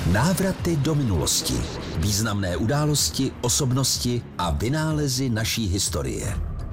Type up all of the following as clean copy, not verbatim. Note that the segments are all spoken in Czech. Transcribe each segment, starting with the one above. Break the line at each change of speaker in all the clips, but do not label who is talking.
Návraty do minulosti. Významné události, osobnosti a vynálezy naší historie.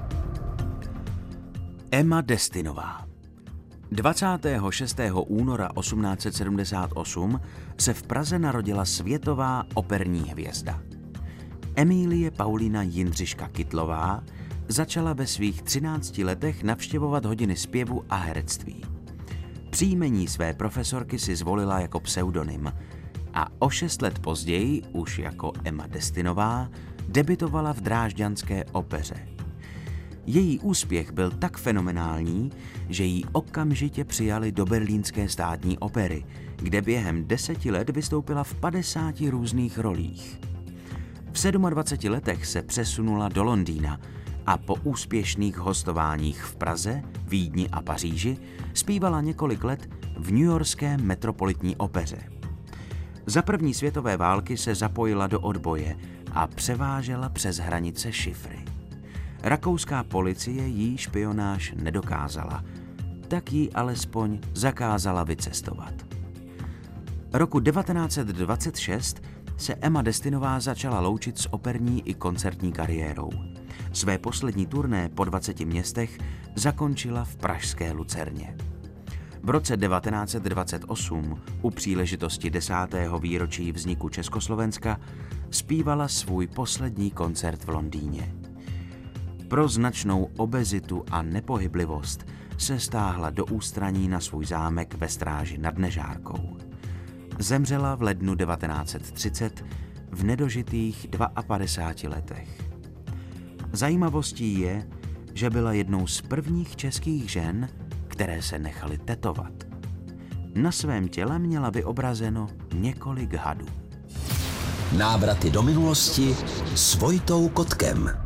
Emma Destinová. 26. února 1878 se v Praze narodila světová operní hvězda. Emílie Paulína Jindřiška Kytlová začala ve svých 13 letech navštěvovat hodiny zpěvu a herectví. Příjmení své profesorky si zvolila jako pseudonym a o 6 let později, už jako Emma Destinová, debutovala v Drážďanské opeře. Její úspěch byl tak fenomenální, že ji okamžitě přijali do Berlínské státní opery, kde během 10 let vystoupila v 50 různých rolích. V 27 letech se přesunula do Londýna a po úspěšných hostováních v Praze, Vídni a Paříži zpívala několik let v newyorské metropolitní opeře. Za první světové války se zapojila do odboje a převážela přes hranice šifry. Rakouská policie jí špionáž nedokázala, tak jí alespoň zakázala vycestovat. Roku 1926 se Emma Destinová začala loučit s operní i koncertní kariérou. Své poslední turné po 20 městech zakončila v pražské Lucerně. V roce 1928 u příležitosti 10. výročí vzniku Československa zpívala svůj poslední koncert v Londýně. Pro značnou obezitu a nepohyblivost se stáhla do ústraní na svůj zámek ve Stráži nad Nežárkou. Zemřela v lednu 1930 v nedožitých 52 letech. Zajímavostí je, že byla jednou z prvních českých žen, které se nechaly tetovat. Na svém těle měla vyobrazeno několik hadů.
Návraty do minulosti s Vojtou Kotkem.